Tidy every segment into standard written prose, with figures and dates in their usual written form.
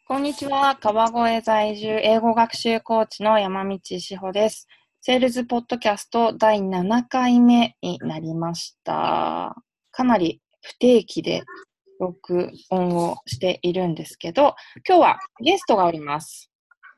こんにちは。川越在住英語学習コーチの山道志保です。セールズポッドキャスト第7回目になりました。かなり不定期で録音をしているんですけど、今日はゲストがおります。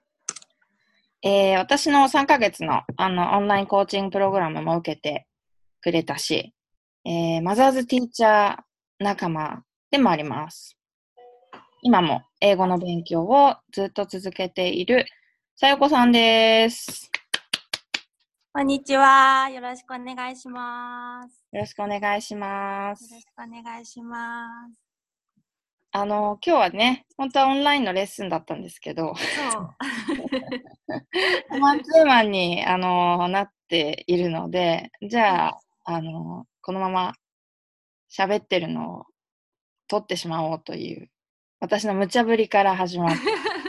私の3ヶ月のオンラインコーチングプログラムも受けてくれたし、マザーズティーチャー仲間でもあります。今も英語の勉強をずっと続けているさよこさんです。 こんにちは。よろしくお願いします。 よろしくお願いします。 よろしくお願いします。 今日はね、本当はオンラインのレッスンだったんですけど、 そう。 マンツーマンに、なっているので、じゃあ、このまま喋ってるのを撮ってしまおうという、私の無茶ぶりから始まって、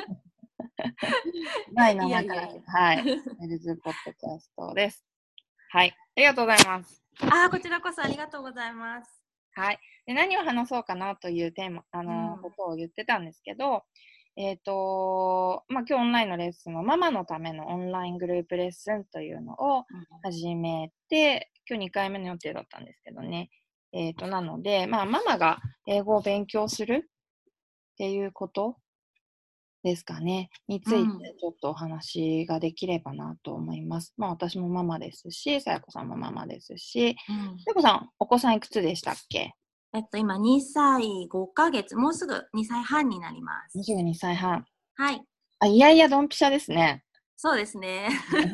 第7回、はい、セールズポッドキャストです。はい、ありがとうございます。 こちらこそありがとうございます。 はい。で、何を話そうかなというテーマ、ことを言ってたんですけど、今日オンラインのレッスンはママのためのオンライングループレッスンというのを始めて、今日2回目の予定だったんですけどね。なので、ママが英語を勉強するっていうことですかね、についてちょっとお話ができればなと思います。私もママですし、さやこさんもママですし、さやこさん、お子さんいくつでしたっけ？ 今2歳5ヶ月、もうすぐ2歳半になります。 もうすぐ2歳半。 はい。 いやいや、ドンピシャですね。 そうですね。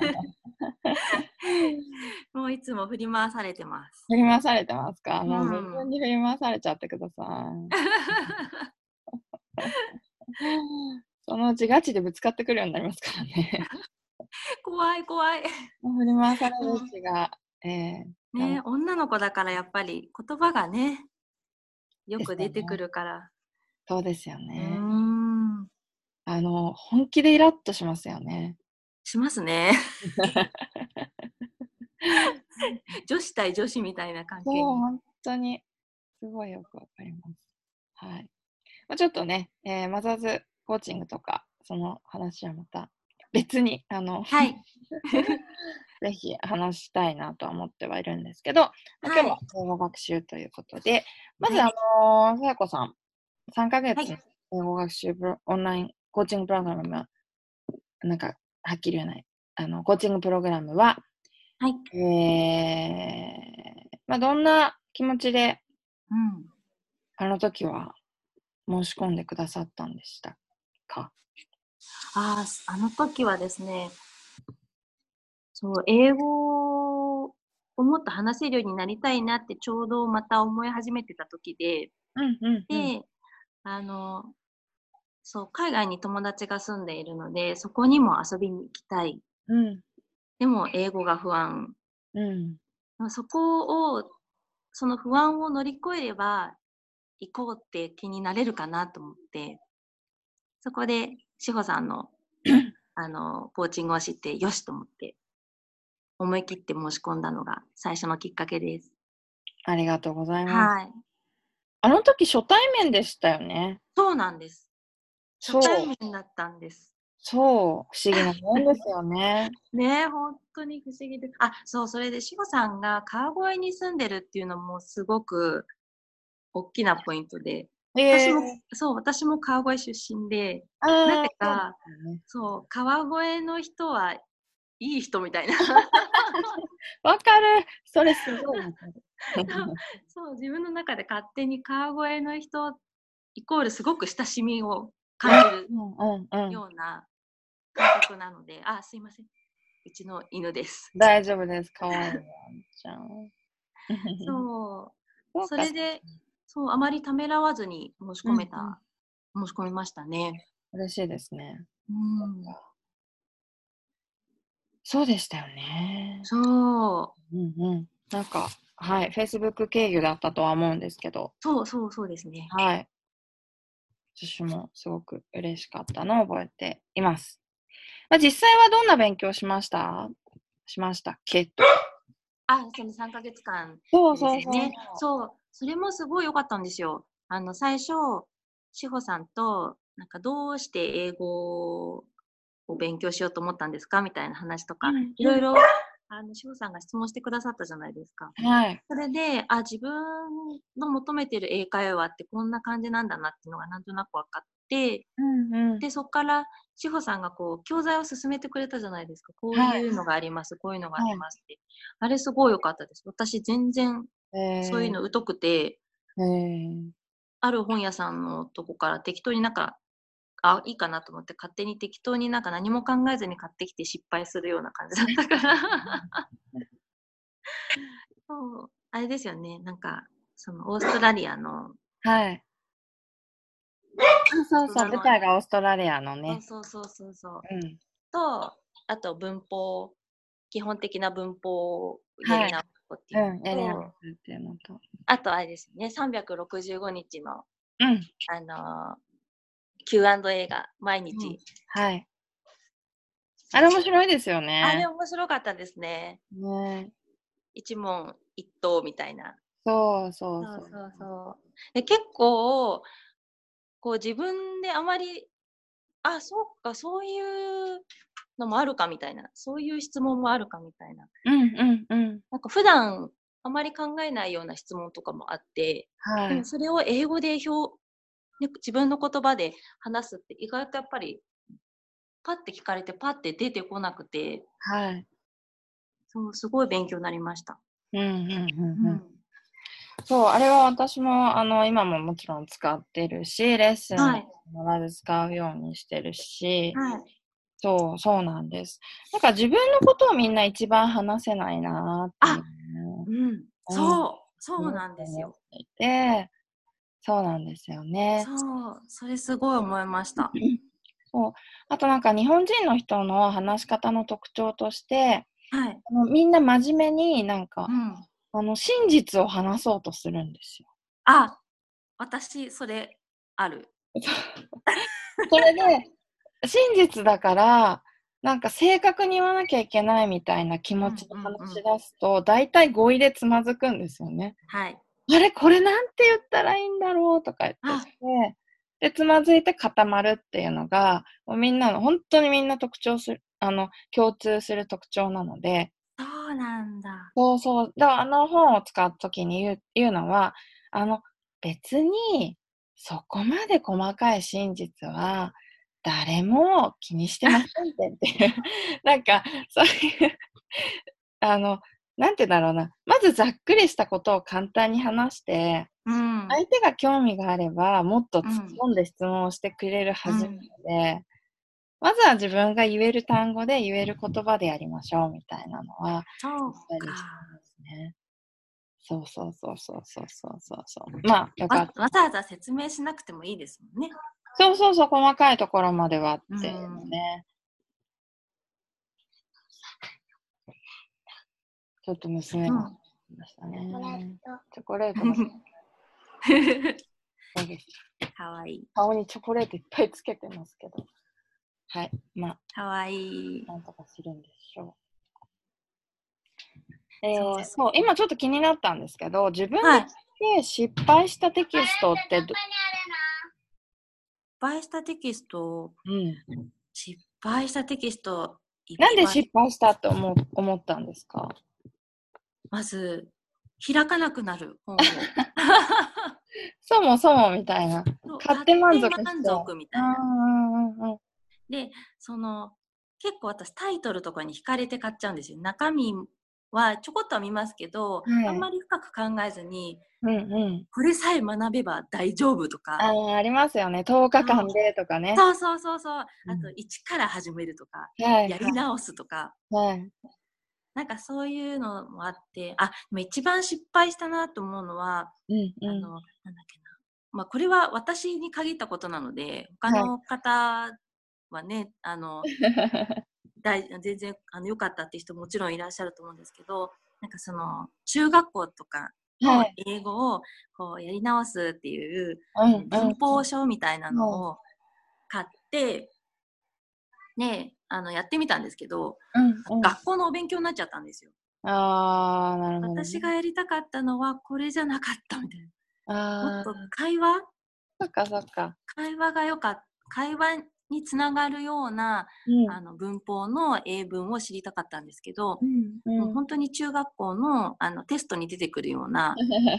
もういつも振り回されてます。 振り回されてますか？自分に振り回されちゃってください。そのうちガチでぶつかってくるようになりますからね。 怖い怖い。 振り回されるうちが、 ね、女の子だからやっぱり言葉がね、よく出てくるから。 そうですよね。本気でイラッとしますよね。 しますね。女子対女子みたいな関係に。 そう、本当にすごいよくわかります。はい。ちょっとね、マザーズコーチングとか、その話はまた別に、 はい。 ぜひ話したいなとは思ってはいるんですけど、今日は英語学習ということで、まず、さやこさん、3ヶ月の英語学習オンラインコーチングプログラムは、なんか、はっきり言えない、コーチングプログラムは、 はい。 どんな気持ちで、 あの時は申し込んでくださったんでしたか？ あの時はですね、そう、英語をもっと話せるようになりたいなってちょうどまた思い始めてた時で、で、そう、海外に友達が住んでいるので、そこにも遊びに行きたい。でも英語が不安。その不安を乗り越えれば行こうって気になれるかなと思って、そこで志保さんのコーチングを知ってよしと思って思い切って申し込んだのが最初のきっかけです。 ありがとうございます。 はい。 あの時初対面でしたよね。 そうなんです。初対面だったんです。 そう、不思議なもんですよね。 ねえ、本当に不思議で。そう、それで志保さんが川越に住んでるっていうのもすごく大きなポイントで、私も川越出身で、なぜか、そう、川越の人はいい人みたいな。 わかる。それすごいわかる。 そう、自分の中で勝手に川越の人イコールすごく親しみを感じるような感覚なので、すいません。うちの犬です。 大丈夫です。かわいいワンちゃん。 そう。それで、そう、あまりためらわずに申し込みましたね。 嬉しいですね。そうでしたよね。 そう。 なんか、はい、Facebook 経由だったとは思うんですけど。 そうですね。 はい。私もすごく嬉しかったのを覚えています。実際はどんな勉強しましたっけ？ その3ヶ月間ですね。そう、それもすごい良かったんですよ。最初、志保さんとなんかどうして英語を勉強しようと思ったんですかみたいな話とか、いろいろ志保さんが質問してくださったじゃないですか。 はい。 それで、自分の求めてる英会話ってこんな感じなんだなっていうのがなんとなく分かって、で、そこから志保さんがこう教材を勧めてくれたじゃないですか。こういうのがあります、こういうのがありますって。あれすごい良かったです。私全然そういうの疎くて、ある本屋さんのとこから適当になんか、いいかなと思って勝手に適当になんか何も考えずに買ってきて失敗するような感じだったからそうあれですよね、なんかそのオーストラリアのはい。そうそう、舞台がオーストラリアのね。 そう。 うん。 と、あと文法、基本的な文法をやり直すっていうのと、 やり直すっていうのと。 あとあれですね、365日の、 Q&A が毎日、 はい。あれ面白いですよね。 あれ面白かったですね。一問一答みたいな。 そう。 で結構、こう自分であまり、そうか、そういうのもあるかみたいな、そういう質問もあるかみたいな。なんか普段あまり考えないような質問とかもあって、でもそれを英語で自分の言葉で話すって意外とやっぱりパッて聞かれてパッて出てこなくて、そうすごい勉強になりました。 そう、あれは私も今ももちろん使ってるし、レッスン必ず使うようにしてるし、そうなんです。なんか自分のことをみんな一番話せないなっていう。 そうなんですよ。 そうなんですよね。 それすごい思いました。 そう。あとなんか日本人の人の話し方の特徴として、みんな真面目になんか、真実を話そうとするんですよ。 私、それある。 それで、真実だから、なんか正確に言わなきゃいけないみたいな気持ちで話し出すと、大体語彙でつまずくんですよね。あれ、これなんて言ったらいいんだろうとか言ってして、で、つまずいて固まるっていうのが、もうみんなの、本当にみんな共通する特徴なので。 そうなんだ。 そう。だから本を使うときに言うのは、別に、そこまで細かい真実は、誰も気にしてませんっていう、なんか、そういう、なんて言うんだろうな。まずざっくりしたことを簡単に話して、相手が興味があれば、もっと突っ込んで質問をしてくれるはずなので、まずは自分が言える単語で言える言葉でやりましょうみたいなのは、言ったりしてますね。そう。まあ、よかった。 わざわざ説明しなくてもいいですもんね。 そう、細かいところまではっていうね。ちょっと娘が来ましたね。チョコレート。 かわいい。 顔にチョコレートいっぱいつけてますけど。はい。まあ。 かわいい。 なんとかするんでしょう。そう、今ちょっと気になったんですけど、自分で失敗したテキストって失敗したテキスト、失敗したテキスト。 なんで失敗したって思ったんですか？ まず、開かなくなる本を。 そもそもみたいな。買って満足みたいな。で、結構私タイトルとかに惹かれて買っちゃうんですよ。中身はちょこっとは見ますけど、あんまり深く考えずに、これさえ学べば大丈夫とか。 ありますよね。10日間でとかね。 そう。あと、一から始めるとか、やり直すとか。なんかそういうのもあって、でも一番失敗したなと思うのは、なんだっけな。まあ、これは私に限ったことなので、他の方はね、全然良かったっていう人もちろんいらっしゃると思うんですけど、なんか中学校とかの英語をこうやり直すっていう文法書みたいなのを買って、ね、やってみたんですけど、学校のお勉強になっちゃったんですよ。 なるほど、ね。 私がやりたかったのはこれじゃなかったみたいな。もっと会話そっか。 会話が良かっ会話につながるような、文法の英文を知りたかったんですけど、もう本当に中学校の、テストに出てくるような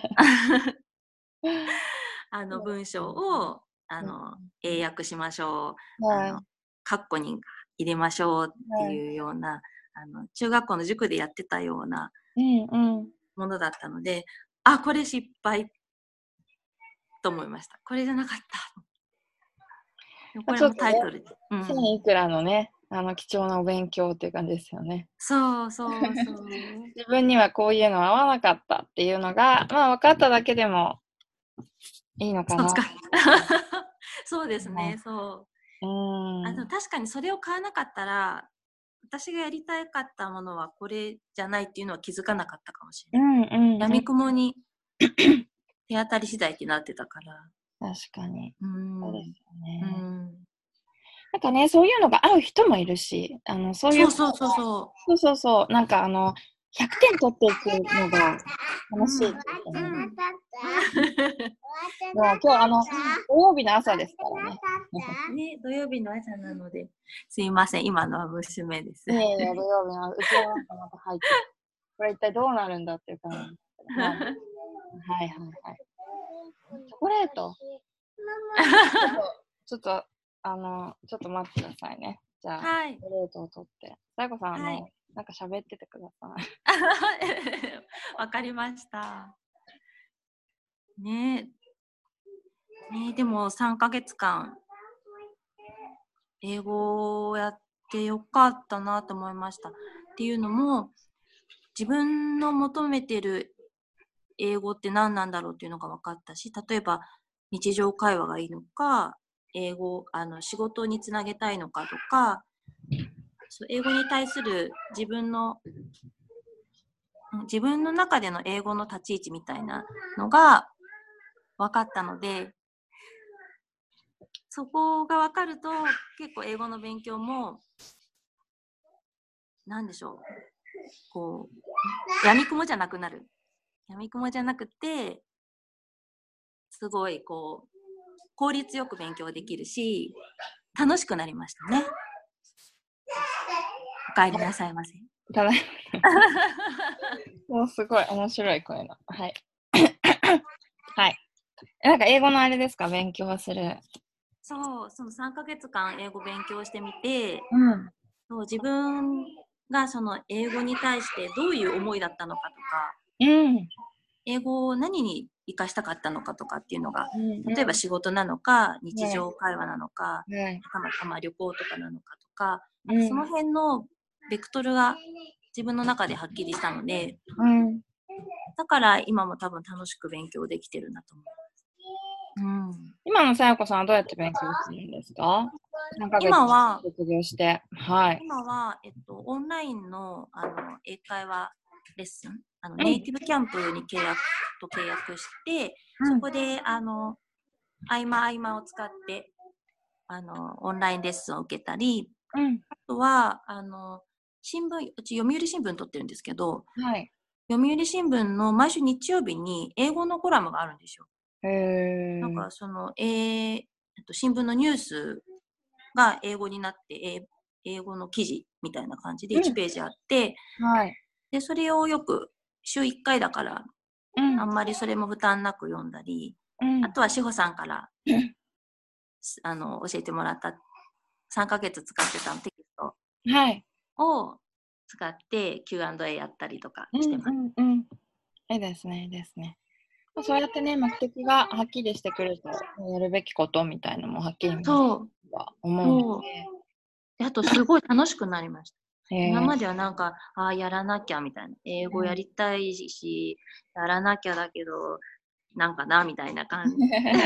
文章を英訳しましょう、カッコに入れましょうっていうような、中学校の塾でやってたようなものだったので、あ、これ失敗と思いました。これじゃなかった。これもタイトルで。 1000いくらのね、貴重なお勉強っていう感じですよね。 そう。自分にはこういうの合わなかったっていうのが、まあ分かっただけでもいいのかな。 そうですね、そう。確かにそれを買わなかったら、私がやりたかったものはこれじゃないっていうのは気づかなかったかもしれない。闇雲に手当たり次第ってなってたから。 確かに。そうですよね。なんかね、そういうのが合う人もいるし、そういう。そう。なんか100点取っていくのが楽しいって言ってね。もう今日土曜日の朝ですからね。 ね、土曜日の朝なので、すいません、今のは娘です。 土曜日のうちの中また入って、これ一体どうなるんだっていう感じですけど。はい。チョコレートちょっと待ってくださいね。じゃあ、チョコレートを取って。さやこさん、なんか喋っててください。 わかりました。ねでも3ヶ月間、英語をやってよかったなと思いました。っていうのも、自分の求めてる英語って何なんだろうっていうのが分かったし、例えば日常会話がいいのか、英語仕事につなげたいのかとか、英語に対する自分の中での英語の立ち位置みたいなのが分かったので、そこが分かると結構英語の勉強も何でしょう、こう闇雲じゃなくなる。闇雲じゃなくて、すごいこう効率よく勉強できるし、楽しくなりましたね。お帰りなさいませ。 ただいま。もうすごい面白い声の。はい。はい。なんか英語のあれですか、勉強する。 その3ヶ月間英語勉強してみて、そう自分がその英語に対してどういう思いだったのかとか、英語を何に生かしたかったのかとかっていうのが、例えば仕事なのか、日常会話なのか、たまたま旅行とかなのかとか、その辺のベクトルが自分の中ではっきりしたので、だから今も多分楽しく勉強できてるなと思います。 今のさやこさんはどうやって勉強してるんですか？ 今は卒業して、はい。 今はオンラインの英会話レッスン、ネイティブキャンプに契約して、そこで合間を使ってオンラインレッスンを受けたり、あとは新聞、うち読売新聞撮ってるんですけど、読売新聞の毎週日曜日に英語のコラムがあるんですよ。なんかその新聞のニュースが英語になって英語の記事みたいな感じで1ページあって、でそれをよく週1回だから、あんまりそれも負担なく読んだり、あとは志保さんから教えてもらった3ヶ月使ってたテキストを使って Q&A やったりとかしてます。 いいですね、いいですね。そうやってね、目的がはっきりしてくると、やるべきことみたいなのもはっきり見えると思うので。あとすごい楽しくなりました。今まではなんかやらなきゃみたいな、英語やりたいし、やらなきゃだけどなんかなみたいな感じ。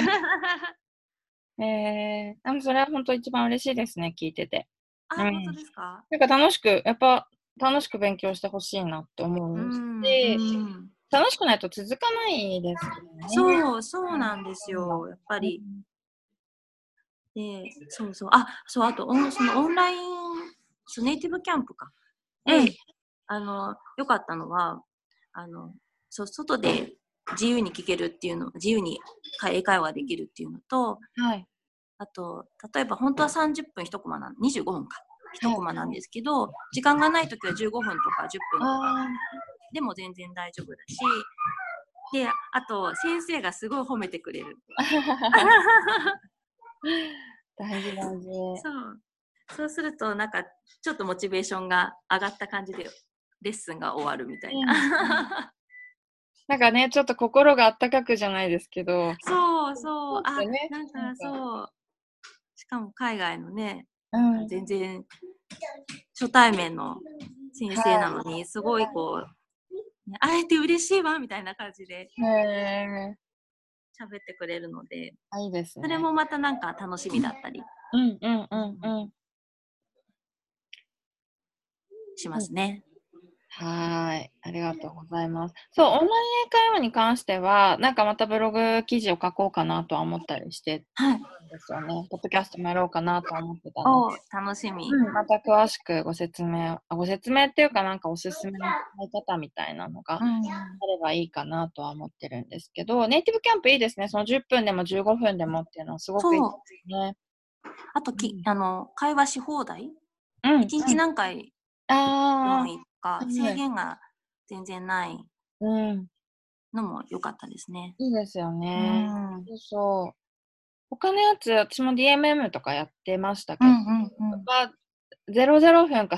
でもそれは本当一番嬉しいですね、聞いてて。 本当ですか？ なんか楽しく勉強してほしいなって思うし、楽しくないと続かないですよね。そうなんですよ、やっぱり。で、あとそのオンラインネイティブキャンプか。で、よかったのは外で自由に聞けるっていうの、自由に英会話できるっていうのと、 あと、例えば本当は30分1コマ25分か。1コマなんですけど、時間がないときは15分とか10分とかでも全然大丈夫だし、で、あと先生がすごい褒めてくれる。 大事大事。 そうするとなんかちょっとモチベーションが上がった感じでレッスンが終わるみたいな。 なんかね、ちょっと心があったかくじゃないですけど。 そう。 ね、 なんかそう。しかも海外のね、全然初対面の先生なのに、すごいこう、会えて嬉しいわみたいな感じで喋ってくれるので、 いいですね。 それもまたなんか楽しみだったりしますね。 はい。ありがとうございます。そう、オンライン英会話に関しては、なんかまたブログ記事を書こうかなとは思ったりしてはい。 ですよね。ポッドキャストもやろうかなと思ってたので。 楽しみ。 また詳しくご説明っていうかなんかおすすめの使い方みたいなのがあればいいかなとは思ってるんですけど、ネイティブキャンプいいですね。その10分でも15分でもっていうのはすごくいいですね。 あと会話し放題、1日何回でもいいか、制限が全然ないのも良かったですね。 いいですよね。そう。他のやつ、私も DMM とかやってましたけど、00分か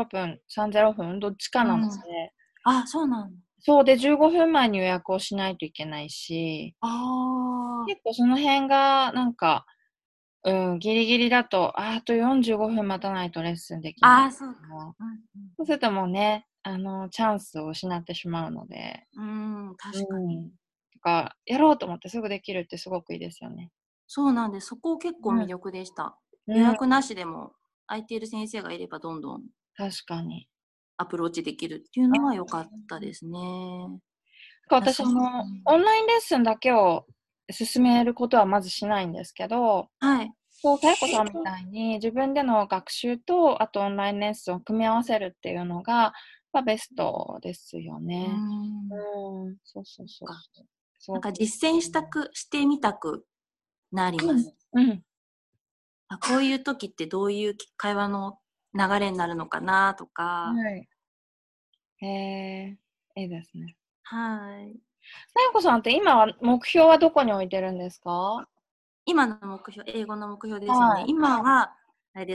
30分、どっちかなので。 そうなんだ。 そうで、15分前に予約をしないといけないし、結構その辺が、なんか、ギリギリだと、あと45分待たないとレッスンできない。そうするともうね、チャンスを失ってしまうので。 確かに。 やろうと思ってすぐできるってすごくいいですよね。 そうなんです。そこ結構魅力でした。予約なしでも空いている先生がいればどんどん確かにアプローチできるっていうのは良かったですね。 私オンラインレッスンだけを進めることはまずしないんですけど、そう、さやこさんみたいに自分での学習とあとオンラインレッスンを組み合わせるっていうのが、ベストですよね。そう。 なんか実践してみたくなります。こういう時ってどういう会話の流れになるのかなとか。 いいですね。 はい。 さやこさんって今は目標はどこに置いてるんですか？ 今の目標、英語の目標ですよね。今は、あれです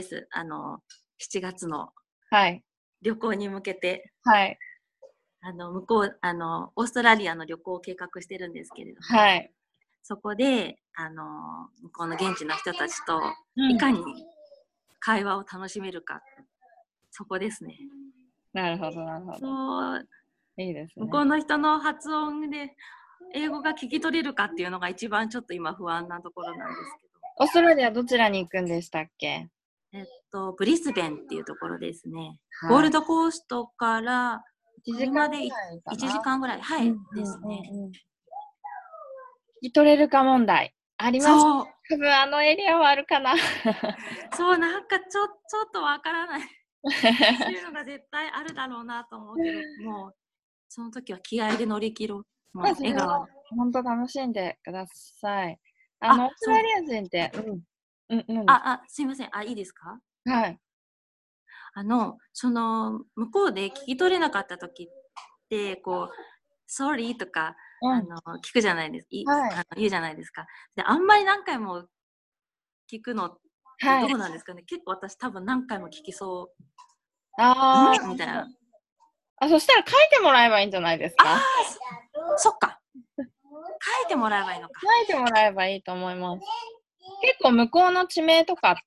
。7月の旅行に向けて、向こう、オーストラリアの旅行を計画してるんですけれども、そこで、向こうの現地の人たちと、いかに会話を楽しめるか、そこですね。 なるほど。いいですね。 向こうの人の発音で英語が聞き取れるかっていうのが一番ちょっと今不安なところなんですけど。 オーストラリアどちらに行くんでしたっけ？ ブリスベンっていうところですね。ゴールドコーストから車で1時間ぐらい、ですね。 聞き取れるか問題あります。多分あのエリアはあるかな。 そうなんかちょっとわからないっていうのが絶対あるだろうなと思うけど、もうその時は気合で乗り切ろう。 笑顔で本当楽しんでください。オーストラリア人って、 すいません。いいですか？ はい。 その向こうで聞き取れなかった時ってこう「sorry」とか、聞くじゃないですか、言うじゃないですか。であんまり何回も聞くのってどうなんですかね。結構私多分何回も聞きそう。みたいな。 そしたら書いてもらえばいいんじゃないですか？ そっか。書いてもらえばいいのか。 書いてもらえばいいと思います。結構向こうの地名とかって、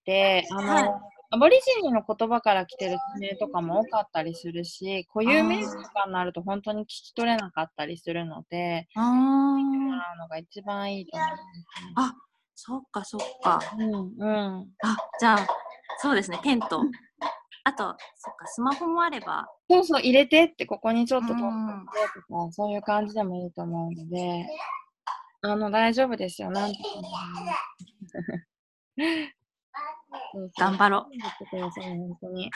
アボリジニの言葉から来てる地名とかも多かったりするし、固有名詞とかになると本当に聞き取れなかったりするので、書いてもらうのが一番いいと思います。 そっか。じゃあ、そうですね、ペンと。あと、そっか、スマホもあれば。 そう、入れてって、ここにちょっと取ってとか、そういう感じでもいいと思うので、大丈夫ですよ。なんとか頑張ろう。本当に。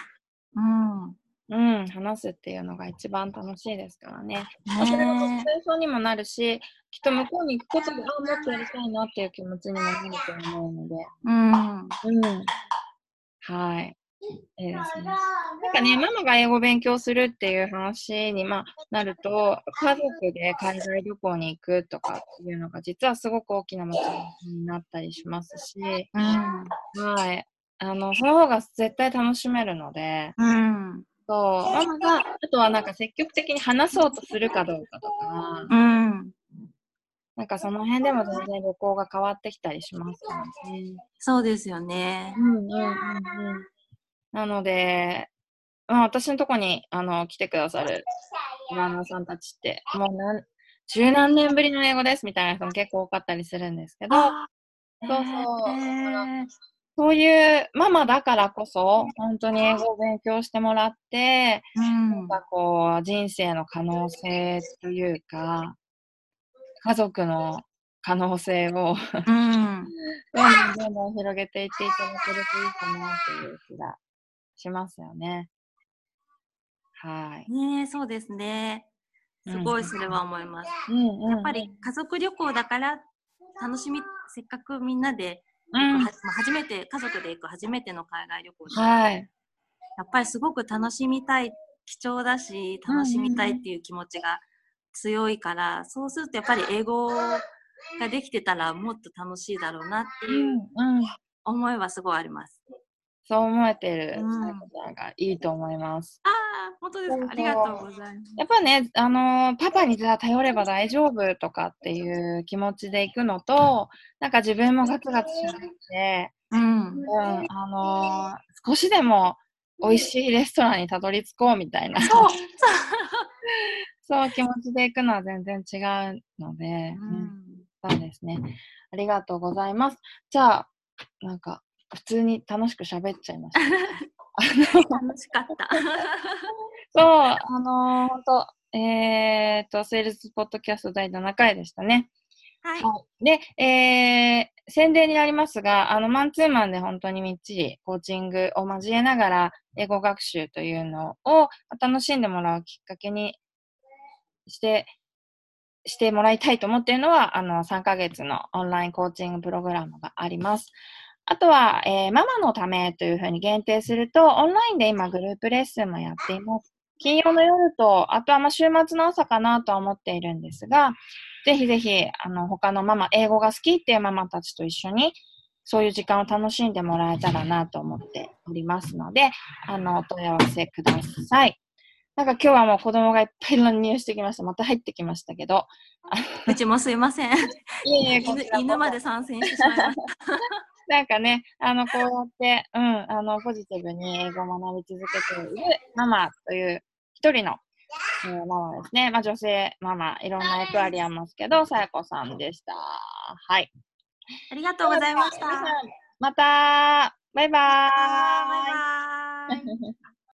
話すっていうのが一番楽しいですからね。それがモチベーションにもなるし、 きっと向こうに行くことで、もっとやりたいなっていう気持ちにもなると思うので。はい。いいですね。なんかね、ママが英語を勉強するっていう話に、なると、家族で海外旅行に行くとかっていうのが、実はすごく大きなモチベーションになったりしますし、はい。その方が絶対楽しめるので、そう、ママが、あとはなんか積極的に話そうとするかどうかとか、なんかその辺でも全然旅行が変わってきたりしますからね。 そうですよね。 なので、私のとこに来てくださるランナーさんたちって、もう十何年ぶりの英語ですみたいな人も結構多かったりするんですけど、そういうママだからこそ、本当に英語を勉強してもらって、なんかこう、人生の可能性というか、家族の可能性をどんどん広げていっていただけるといいかなという気がしますよね。はい。 ね、そうですね。すごいそれは思います。やっぱり家族旅行だからせっかくみんなで初めて家族で行く初めての海外旅行で、やっぱりすごく楽しみたい、貴重だし楽しみたいっていう気持ちが強いから、そうするとやっぱり英語ができてたらもっと楽しいだろうなっていう思いはすごいあります。 そう思えてるさやこさんがいいと思います。 本当ですか。ありがとうございます。 やっぱね、パパにじゃあ頼れば大丈夫とかっていう気持ちで行くのと、なんか自分もガツガツしゃべって、少しでも美味しいレストランにたどり着こうみたいな。そう気持ちで行くのは全然違うので、そうですね。ありがとうございます。じゃあ、なんか、普通に楽しく喋っちゃいました。 楽しかった。 そう、本当セールスポッドキャスト第7回でしたね。 はい。 で、宣伝になりますが、マンツーマンで本当にみっちりコーチングを交えながら、英語学習というのを楽しんでもらうきっかけにしてもらいたいと思っているのは、3ヶ月のオンラインコーチングプログラムがあります。あとは、ママのためというふうに限定すると、オンラインで今グループレッスンもやっています。金曜の夜と、あとは週末の朝かなとは思っているんですが、ぜひぜひ、他のママ、英語が好きっていうママたちと一緒に、そういう時間を楽しんでもらえたらなと思っておりますので、お問い合わせください。なんか今日はもう子供がいっぱい乱入してきました。また入ってきましたけど。 うちもすいません。犬まで参戦してしまいました。 なんかね、こうやって、ポジティブに英語を学び続けているママという一人の、ママですね。女性ママ、いろんな役割ありますけど、さやこさんでした。はい。 ありがとうございました。 また、バイバーイ。 バイバーイ。